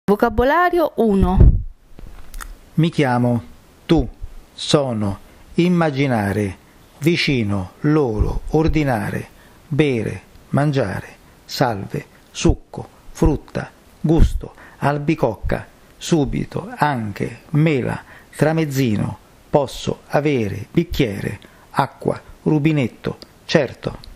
Vocabolario 1. Mi chiamo, tu, sono, immaginare, vicino, loro, ordinare, bere, mangiare, salve, succo, frutta, gusto, albicocca, subito, anche, mela, tramezzino, posso, avere, bicchiere, acqua, rubinetto, certo.